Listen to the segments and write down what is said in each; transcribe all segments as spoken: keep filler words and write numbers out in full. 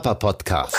Papa Podcast.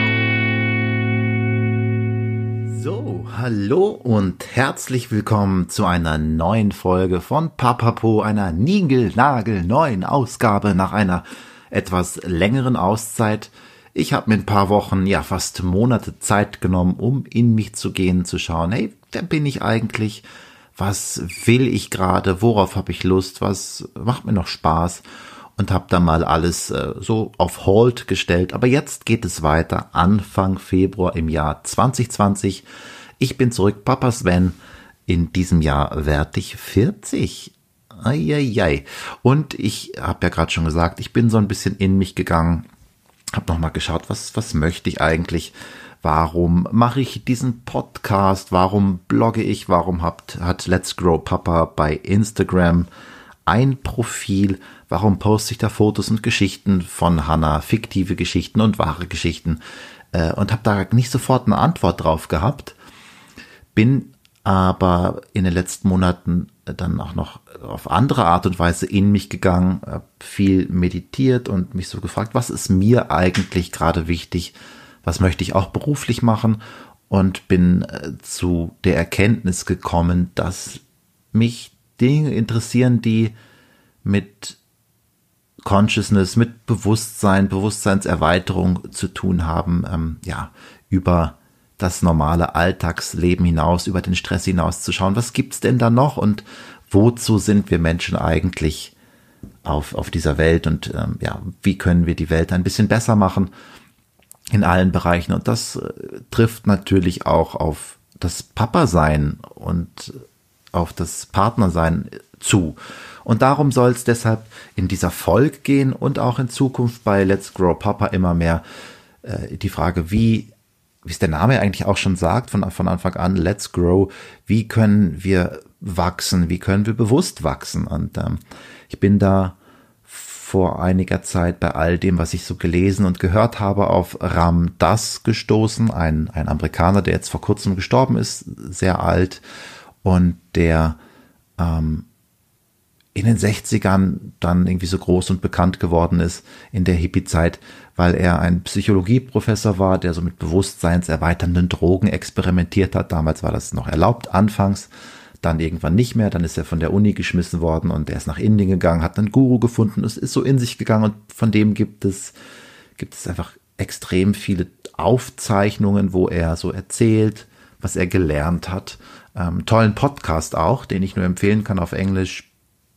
So, hallo und herzlich willkommen zu einer neuen Folge von Papapo, einer niegelnagelneuen Ausgabe nach einer etwas längeren Auszeit. Ich habe mir ein paar Wochen, ja fast Monate Zeit genommen, um in mich zu gehen, zu schauen, hey, wer bin ich eigentlich? Was will ich gerade? Worauf habe ich Lust? Was macht mir noch Spaß? Und habe da mal alles äh, so auf Hold gestellt. Aber jetzt geht es weiter, Anfang Februar im Jahr zwanzig zwanzig. Ich bin zurück, Papa Sven. In diesem Jahr werde ich vierzig. Eieiei. Und ich habe ja gerade schon gesagt, ich bin so ein bisschen in mich gegangen, habe nochmal geschaut, was, was möchte ich eigentlich? Warum mache ich diesen Podcast? Warum blogge ich? Warum hat, hat Let's Grow Papa bei Instagram ein Profil? Warum poste ich da Fotos und Geschichten von Hannah, fiktive Geschichten und wahre Geschichten? Äh, und habe da nicht sofort eine Antwort drauf gehabt. Bin aber in den letzten Monaten dann auch noch auf andere Art und Weise in mich gegangen, habe viel meditiert und mich so gefragt, was ist mir eigentlich gerade wichtig? Was möchte ich auch beruflich machen? Und bin äh, zu der Erkenntnis gekommen, dass mich Dinge interessieren, die mit Consciousness, mit Bewusstsein, Bewusstseinserweiterung zu tun haben, ähm, ja, über das normale Alltagsleben hinaus, über den Stress hinaus zu schauen, was gibt's denn da noch und wozu sind wir Menschen eigentlich auf, auf dieser Welt und ähm, ja, wie können wir die Welt ein bisschen besser machen in allen Bereichen, und das äh, trifft natürlich auch auf das Papa-Sein und auf das Partnersein zu. Und darum soll es deshalb in dieser Folge gehen und auch in Zukunft bei Let's Grow Papa immer mehr äh, die Frage, wie, wie es der Name eigentlich auch schon sagt, von, von Anfang an, Let's Grow, wie können wir wachsen, wie können wir bewusst wachsen? Und ähm, ich bin da vor einiger Zeit bei all dem, was ich so gelesen und gehört habe, auf Ram Dass gestoßen, ein, ein Amerikaner, der jetzt vor kurzem gestorben ist, sehr alt, und der ähm, in den sechzigern dann irgendwie so groß und bekannt geworden ist in der Hippie-Zeit, weil er ein Psychologieprofessor war, der so mit bewusstseinserweiternden Drogen experimentiert hat. Damals war das noch erlaubt, anfangs, dann irgendwann nicht mehr. Dann ist er von der Uni geschmissen worden und er ist nach Indien gegangen, hat einen Guru gefunden, es ist so in sich gegangen, und von dem gibt es, gibt es einfach extrem viele Aufzeichnungen, wo er so erzählt, was er gelernt hat. Ähm, tollen Podcast auch, den ich nur empfehlen kann auf Englisch,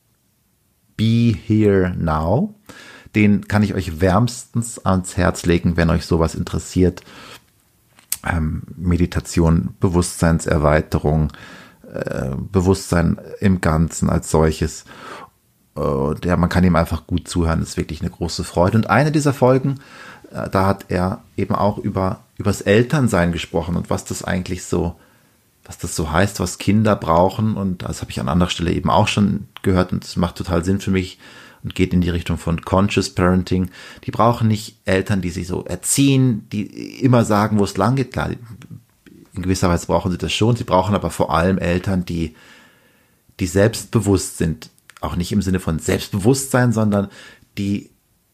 Be Here Now. Den kann ich euch wärmstens ans Herz legen, wenn euch sowas interessiert. Ähm, Meditation, Bewusstseinserweiterung, äh, Bewusstsein im Ganzen als solches. Und ja, man kann ihm einfach gut zuhören, ist wirklich eine große Freude. Und eine dieser Folgen, äh, da hat er eben auch über übers Elternsein gesprochen und was das eigentlich so was das so heißt, was Kinder brauchen, und das habe ich an anderer Stelle eben auch schon gehört, und das macht total Sinn für mich und geht in die Richtung von Conscious Parenting. Die brauchen nicht Eltern, die sie so erziehen, die immer sagen, wo es lang geht. Klar, in gewisser Weise brauchen sie das schon, sie brauchen aber vor allem Eltern, die, die selbstbewusst sind, auch nicht im Sinne von Selbstbewusstsein, sondern die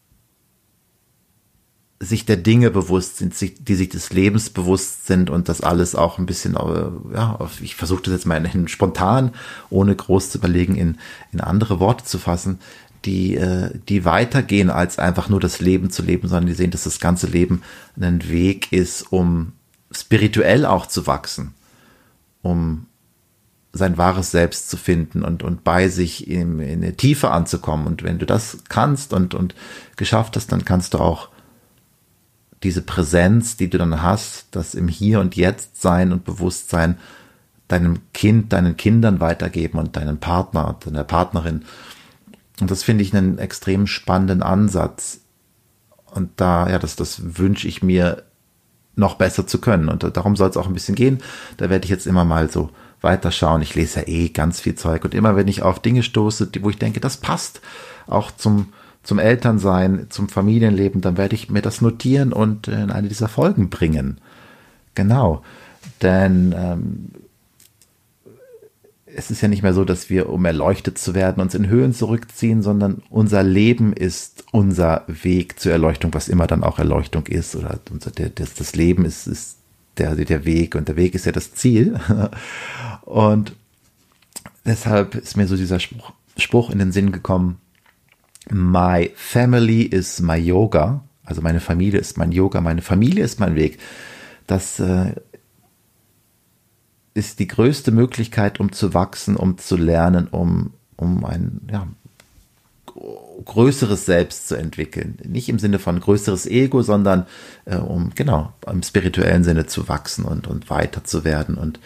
sich der Dinge bewusst sind, die sich des Lebens bewusst sind und das alles auch ein bisschen, ja, ich versuche das jetzt mal in, spontan, ohne groß zu überlegen, in, in andere Worte zu fassen, die, die weitergehen, als einfach nur das Leben zu leben, sondern die sehen, dass das ganze Leben ein Weg ist, um spirituell auch zu wachsen, um sein wahres Selbst zu finden und, und bei sich in, in eine Tiefe anzukommen. Und wenn du das kannst und, und geschafft hast, dann kannst du auch diese Präsenz, die du dann hast, das im Hier und Jetzt sein und Bewusstsein deinem Kind, deinen Kindern weitergeben und deinem Partner und deiner Partnerin. Und das finde ich einen extrem spannenden Ansatz. Und da, ja, das, das wünsche ich mir noch besser zu können. Und darum soll es auch ein bisschen gehen. Da werde ich jetzt immer mal so weiterschauen. Ich lese ja eh ganz viel Zeug. Und immer wenn ich auf Dinge stoße, die, wo ich denke, das passt auch zum zum Elternsein, zum Familienleben, dann werde ich mir das notieren und in eine dieser Folgen bringen. Genau, denn ähm, es ist ja nicht mehr so, dass wir, um erleuchtet zu werden, uns in Höhen zurückziehen, sondern unser Leben ist unser Weg zur Erleuchtung, was immer dann auch Erleuchtung ist. Oder unser, das, das Leben ist, ist der, der Weg und der Weg ist ja das Ziel. Und deshalb ist mir so dieser Spruch, Spruch in den Sinn gekommen: My family is my yoga. Also meine Familie ist mein Yoga, meine Familie ist mein Weg. Das äh, ist die größte Möglichkeit, um zu wachsen, um zu lernen, um, um ein ja, größeres Selbst zu entwickeln. Nicht im Sinne von größeres Ego, sondern äh, um genau im spirituellen Sinne zu wachsen und, und weiter zu werden und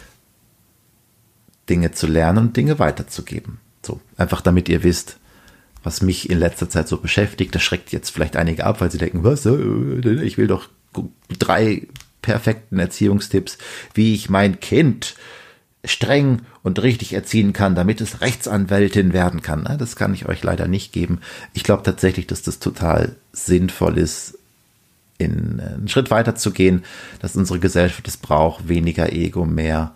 Dinge zu lernen und Dinge weiterzugeben. So, einfach damit ihr wisst, was mich in letzter Zeit so beschäftigt. Das schreckt jetzt vielleicht einige ab, weil sie denken, was, ich will doch drei perfekten Erziehungstipps, wie ich mein Kind streng und richtig erziehen kann, damit es Rechtsanwältin werden kann. Das kann ich euch leider nicht geben. Ich glaube tatsächlich, dass das total sinnvoll ist, in einen Schritt weiter zu gehen, dass unsere Gesellschaft es braucht, weniger Ego, mehr,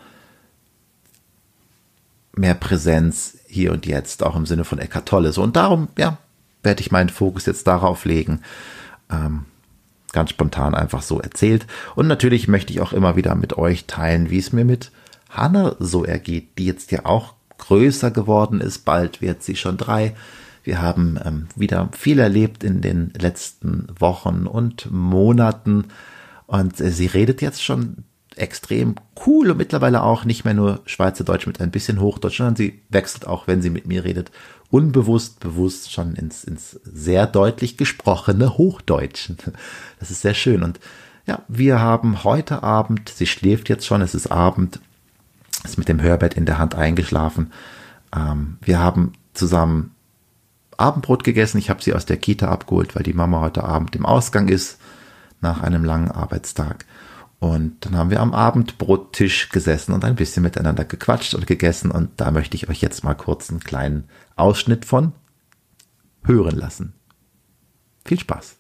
mehr Präsenz hier und jetzt, auch im Sinne von Eckhart Tolle. So, und darum, ja, werde ich meinen Fokus jetzt darauf legen. Ähm, ganz spontan einfach so erzählt. Und natürlich möchte ich auch immer wieder mit euch teilen, wie es mir mit Hannah so ergeht, die jetzt ja auch größer geworden ist. Bald wird sie schon drei. Wir haben ähm, wieder viel erlebt in den letzten Wochen und Monaten. Und äh, sie redet jetzt schon extrem cool und mittlerweile auch nicht mehr nur Schweizerdeutsch mit ein bisschen Hochdeutsch, sondern sie wechselt auch, wenn sie mit mir redet, unbewusst, bewusst schon ins, ins sehr deutlich gesprochene Hochdeutsch. Das ist sehr schön. Und ja, wir haben heute Abend, sie schläft jetzt schon, es ist Abend, ist mit dem Hörbett in der Hand eingeschlafen. Ähm, wir haben zusammen Abendbrot gegessen. Ich habe sie aus der Kita abgeholt, weil die Mama heute Abend im Ausgang ist, nach einem langen Arbeitstag. Und dann haben wir am Abendbrottisch gesessen und ein bisschen miteinander gequatscht und gegessen. Und da möchte ich euch jetzt mal kurz einen kleinen Ausschnitt von hören lassen. Viel Spaß.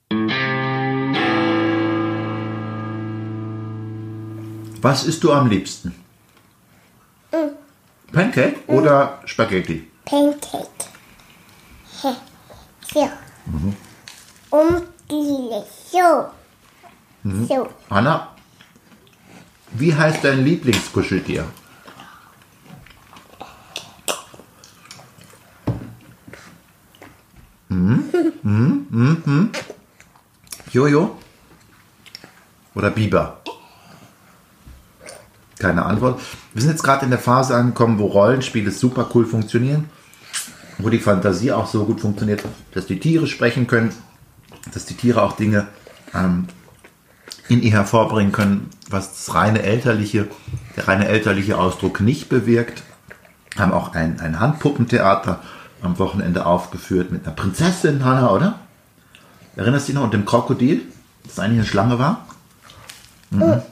Was isst du am liebsten? Mm. Pancake mm. oder Spaghetti? Pancake. So. Mhm. Und die so. Mhm. So. Anna, wie heißt dein Lieblingskuscheltier? Mhm. Mhm. Mhm. Mhm. Jojo? Oder Biber? Keine Antwort. Wir sind jetzt gerade in der Phase angekommen, wo Rollenspiele super cool funktionieren, wo die Fantasie auch so gut funktioniert, dass die Tiere sprechen können, dass die Tiere auch Dinge ähm, in ihr hervorbringen können, was das reine elterliche, der reine elterliche Ausdruck nicht bewirkt. Wir haben auch ein, ein Handpuppentheater am Wochenende aufgeführt mit einer Prinzessin, Hannah, oder? Erinnerst du dich noch? Und dem Krokodil, das eigentlich eine Schlange war? Mhm.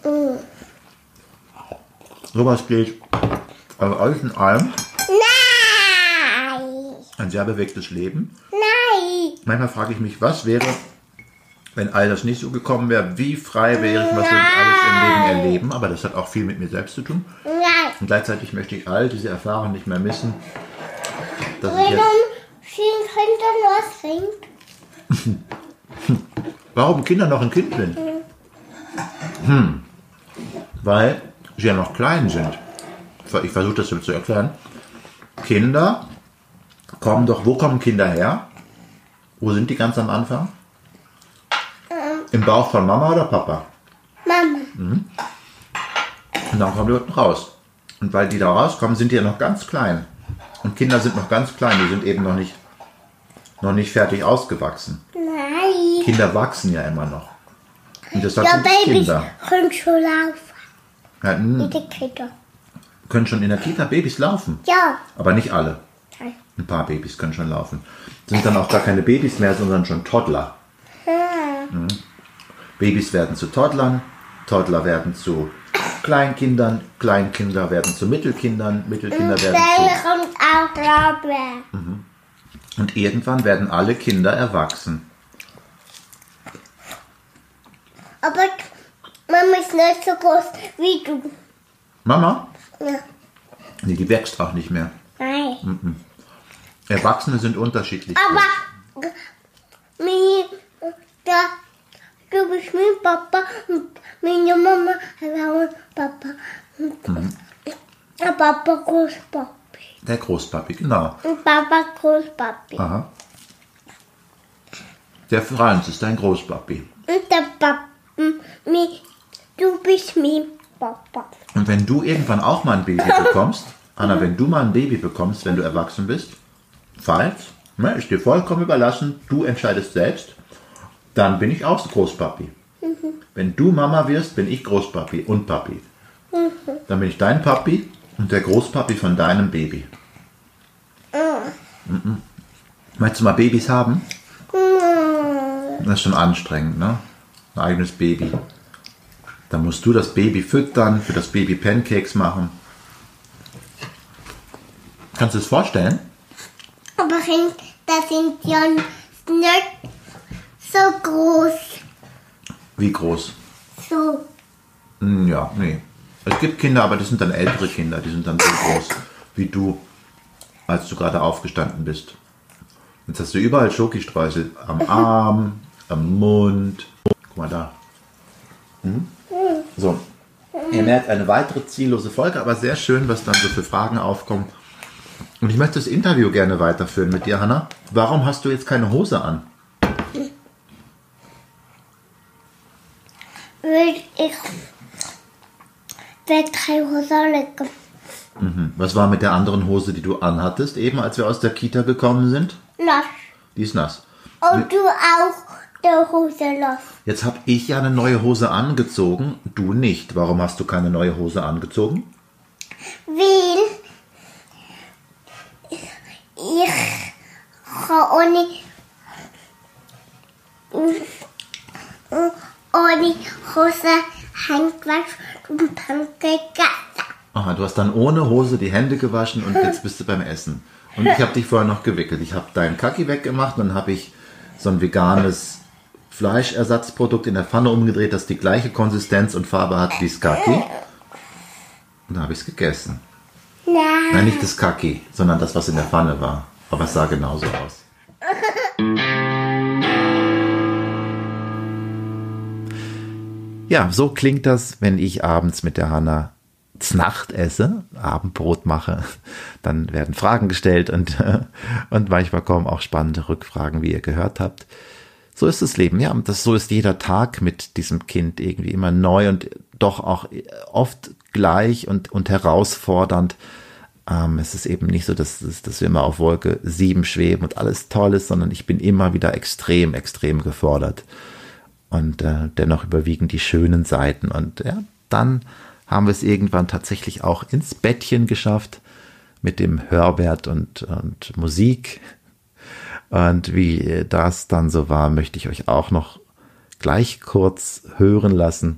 Sowas geht also alles in allem. Nein! Ein sehr bewegtes Leben. Nein! Manchmal frage ich mich, was wäre, wenn all das nicht so gekommen wäre, wie frei wäre ich, was würde ich alles im Leben erleben, aber das hat auch viel mit mir selbst zu tun. Nein! Und gleichzeitig möchte ich all diese Erfahrungen nicht mehr missen. Dass Warum ich jetzt Kinder was trinkt? Warum Kinder noch ein Kind sind? Hm. Weil sie ja noch klein sind. Ich versuche das zu erklären. Kinder kommen doch, wo kommen Kinder her? Wo sind die ganz am Anfang? Im Bauch von Mama oder Papa? Mama. Mhm. Und dann kommen die unten raus. Und weil die da rauskommen, sind die ja noch ganz klein. Und Kinder sind noch ganz klein, die sind eben noch nicht, noch nicht fertig ausgewachsen. Nein. Kinder wachsen ja immer noch. Und deshalb Ja, sind es Babys Kinder. können schon laufen. Ja, mh, In der Kita. können schon in der Kita Babys laufen. Ja. Aber nicht alle. Nein. Ein paar Babys können schon laufen. Sind dann auch gar keine Babys mehr, sondern schon Toddler. Mhm. Babys werden zu Toddlern, Toddler werden zu Kleinkindern, Kleinkinder werden zu Mittelkindern, Mittelkinder Und werden dann zu... kommt auch Blabla. Mhm. Und irgendwann werden alle Kinder erwachsen. Aber Mama ist nicht so groß wie du. Mama? Ja. Nee, die wächst auch nicht mehr. Nein. Erwachsene sind unterschiedlich. Aber meine, da, du bist mein Papa und meine Mama hat Papa. Mhm. Papa Großpapi. Der Großpapi, genau. Und Papa Großpapi. Aha. Der Franz ist dein Großpapi. Und der Papa, du bist mein Papa. Und wenn du irgendwann auch mal ein Baby bekommst, Anna, wenn du mal ein Baby bekommst, wenn du erwachsen bist, falls, ne, ist dir vollkommen überlassen, du entscheidest selbst, dann bin ich auch Großpapi. Mhm. Wenn du Mama wirst, bin ich Großpapi und Papi. Mhm. Dann bin ich dein Papi und der Großpapi von deinem Baby. Mhm. Mhm. Möchtest du mal Babys haben? Mhm. Das ist schon anstrengend, ne? Ein eigenes Baby. Dann musst du das Baby füttern, für das Baby Pancakes machen. Kannst du es vorstellen? Aber das sind ja nicht so groß. Wie groß? So. Ja, nee. Es gibt Kinder, aber das sind dann ältere Kinder. Die sind dann so groß wie du, als du gerade aufgestanden bist. Jetzt hast du überall Schokostreusel. Am Arm, am Mund. Guck mal da. Hm? So. Ihr merkt, eine weitere ziellose Folge, aber sehr schön, was dann so für Fragen aufkommen. Und ich möchte das Interview gerne weiterführen mit dir, Hanna. Warum hast du jetzt keine Hose an? Weil ich will keine Hose legen. Mhm. Was war mit der anderen Hose, die du anhattest, eben als wir aus der Kita gekommen sind? Nass. Die ist nass. Und du auch der Hose nass. Jetzt habe ich ja eine neue Hose angezogen, du nicht. Warum hast du keine neue Hose angezogen? Weil ich ohne, ohne Hose Handwasch und Pancake. Aha, du hast dann ohne Hose die Hände gewaschen und jetzt bist du beim Essen. Und ich habe dich vorher noch gewickelt. Ich habe deinen Kaki weggemacht und dann habe ich so ein veganes Fleischersatzprodukt in der Pfanne umgedreht, das die gleiche Konsistenz und Farbe hat wie das Kaki. Und dann habe ich es gegessen. Nein. Nein, nicht das Kaki, sondern das, was in der Pfanne war. Aber es sah genauso aus. Ja, so klingt das, wenn ich abends mit der Hanna Znacht esse, Abendbrot mache. Dann werden Fragen gestellt und, und manchmal kommen auch spannende Rückfragen, wie ihr gehört habt. So ist das Leben, ja. Und das, so ist jeder Tag mit diesem Kind irgendwie immer neu und doch auch oft gleich und, und herausfordernd. Ähm, es ist eben nicht so, dass, dass wir immer auf Wolke sieben schweben und alles toll ist, sondern ich bin immer wieder extrem, extrem gefordert. Und äh, dennoch überwiegen die schönen Seiten. Und ja, dann haben wir es irgendwann tatsächlich auch ins Bettchen geschafft mit dem Hörwert und, und Musik. Und wie das dann so war, möchte ich euch auch noch gleich kurz hören lassen.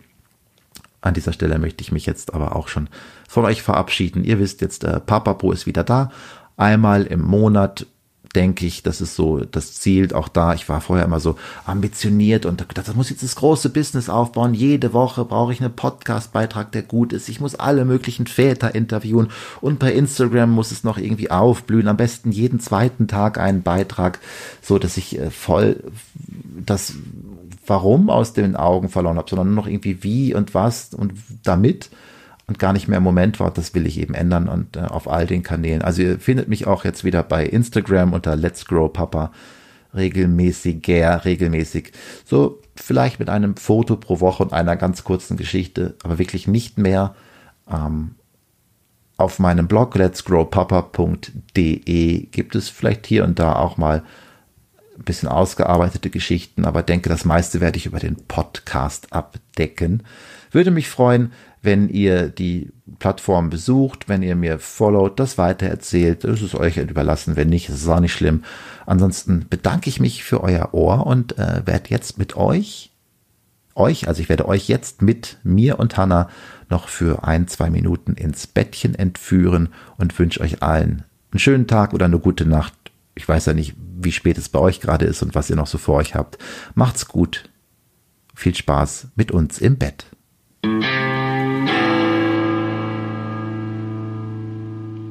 An dieser Stelle möchte ich mich jetzt aber auch schon von euch verabschieden. Ihr wisst jetzt, äh, Papapo ist wieder da. Einmal im Monat, denke ich, das ist so das Ziel. Auch da, ich war vorher immer so ambitioniert und gedacht, das muss jetzt das große Business aufbauen. Jede Woche brauche ich einen Podcast-Beitrag, der gut ist. Ich muss alle möglichen Väter interviewen und bei Instagram muss es noch irgendwie aufblühen. Am besten jeden zweiten Tag einen Beitrag, so dass ich äh, voll das Warum aus den Augen verloren habe, sondern nur noch irgendwie wie und was und damit und gar nicht mehr im Moment war. Das will ich eben ändern und äh, auf all den Kanälen. Also ihr findet mich auch jetzt wieder bei Instagram unter Let's Grow Papa regelmäßiger, regelmäßig. So vielleicht mit einem Foto pro Woche und einer ganz kurzen Geschichte, aber wirklich nicht mehr. Ähm, auf meinem Blog let's grow papa punkt de gibt es vielleicht hier und da auch mal ein bisschen ausgearbeitete Geschichten, aber denke, das meiste werde ich über den Podcast abdecken. Würde mich freuen, wenn ihr die Plattform besucht, wenn ihr mir followt, das weitererzählt. Das ist euch überlassen, wenn nicht, ist es auch nicht schlimm. Ansonsten bedanke ich mich für euer Ohr und äh, werde jetzt mit euch, euch, also ich werde euch jetzt mit mir und Hanna noch für ein, zwei Minuten ins Bettchen entführen und wünsche euch allen einen schönen Tag oder eine gute Nacht. Ich weiß ja nicht, wie spät es bei euch gerade ist und was ihr noch so vor euch habt. Macht's gut. Viel Spaß mit uns im Bett.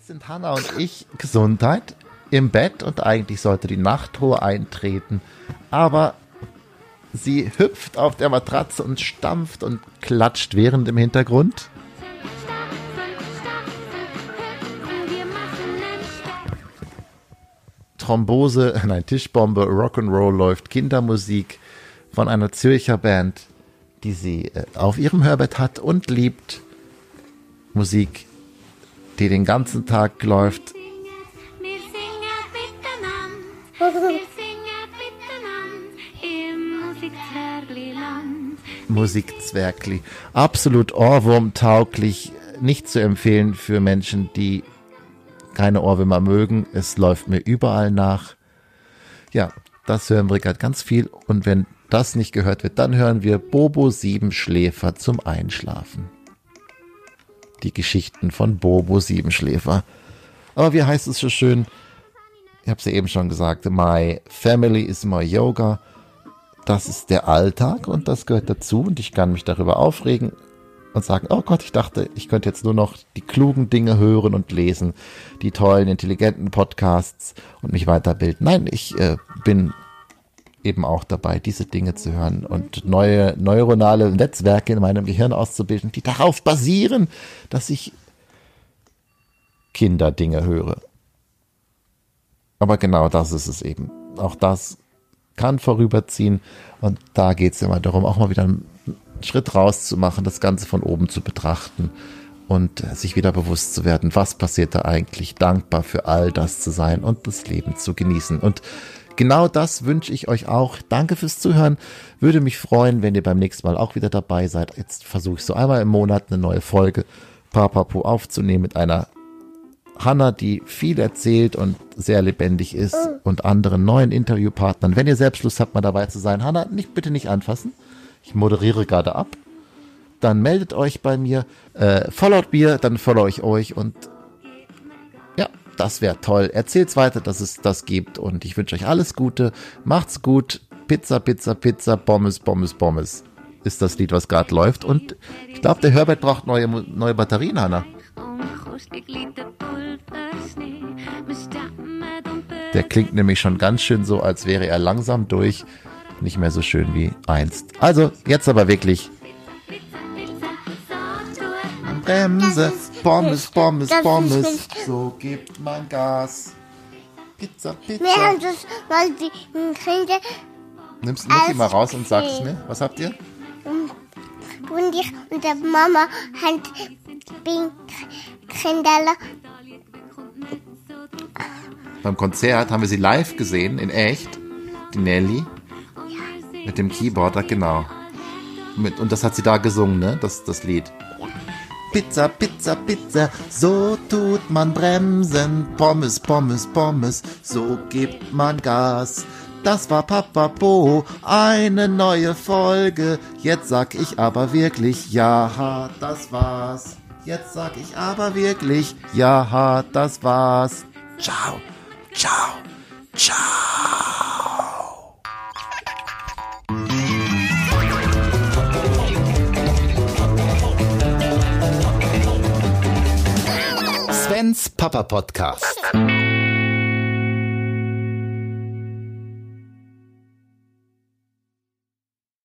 Jetzt sind Hannah und ich, Gesundheit, im Bett und eigentlich sollte die Nachtruhe eintreten. Aber sie hüpft auf der Matratze und stampft und klatscht während im Hintergrund. Thrombose, nein, Tischbombe, Rock'n'Roll läuft, Kindermusik von einer Zürcher Band, die sie äh, auf ihrem Hörbett hat und liebt. Musik, die den ganzen Tag läuft. Wir singen miteinander, wir singen miteinander im Musikzwergliland. Musikzwergli. Absolut Ohrwurm-tauglich, nicht zu empfehlen für Menschen, die keine Ohrwürmer mögen. Es läuft mir überall nach. Ja, das hören wir gerade ganz viel. Und wenn das nicht gehört wird, dann hören wir Bobo Siebenschläfer zum Einschlafen. Die Geschichten von Bobo Siebenschläfer. Aber wie heißt es so schön? Ich habe es ja eben schon gesagt. My family is my yoga. Das ist der Alltag und das gehört dazu. Und ich kann mich darüber aufregen und sagen, oh Gott, ich dachte, ich könnte jetzt nur noch die klugen Dinge hören und lesen, die tollen, intelligenten Podcasts und mich weiterbilden. Nein, ich äh, bin eben auch dabei, diese Dinge zu hören und neue neuronale Netzwerke in meinem Gehirn auszubilden, die darauf basieren, dass ich Kinderdinge höre. Aber genau das ist es eben. Auch das kann vorüberziehen und da geht es immer darum, auch mal wieder einen Schritt rauszumachen, das Ganze von oben zu betrachten und sich wieder bewusst zu werden, was passiert da eigentlich, dankbar für all das zu sein und das Leben zu genießen. Und genau das wünsche ich euch auch. Danke fürs Zuhören. Würde mich freuen, wenn ihr beim nächsten Mal auch wieder dabei seid. Jetzt versuche ich so einmal im Monat eine neue Folge Papapo aufzunehmen mit einer Hannah, die viel erzählt und sehr lebendig ist und anderen neuen Interviewpartnern. Wenn ihr selbst Lust habt, mal dabei zu sein, Hannah, nicht, bitte nicht anfassen. Ich moderiere gerade ab. Dann meldet euch bei mir, äh, followt mir, dann follow ich euch und ja, das wäre toll. Erzählt's weiter, dass es das gibt und ich wünsche euch alles Gute. Macht's gut. Pizza, Pizza, Pizza, Pommes, Pommes, Pommes ist das Lied, was gerade läuft und ich glaube, der Hörbett braucht neue, neue Batterien, Hannah. Der klingt nämlich schon ganz schön so, als wäre er langsam durch. Nicht mehr so schön wie einst. Also, jetzt aber wirklich. Bremse, Pommes, Pommes, Pommes. So gibt man Gas. Pizza, Pizza. Wir haben das, weil die Kinder Nimmst du die mal raus und sagst es mir? Was habt ihr? und ich und der Mama haben Kinder. Beim Konzert haben wir sie live gesehen, in echt. Die Nelly. Mit dem Keyboard, genau. Mit, und das hat sie da gesungen, ne? Das, das Lied. Pizza, Pizza, Pizza, so tut man Bremsen. Pommes, Pommes, Pommes, so gibt man Gas. Das war Papapo, eine neue Folge. Jetzt sag ich aber wirklich, ja, das war's. Jetzt sag ich aber wirklich, ja, das war's. Ciao, ciao, ciao. Svens Papa Podcast.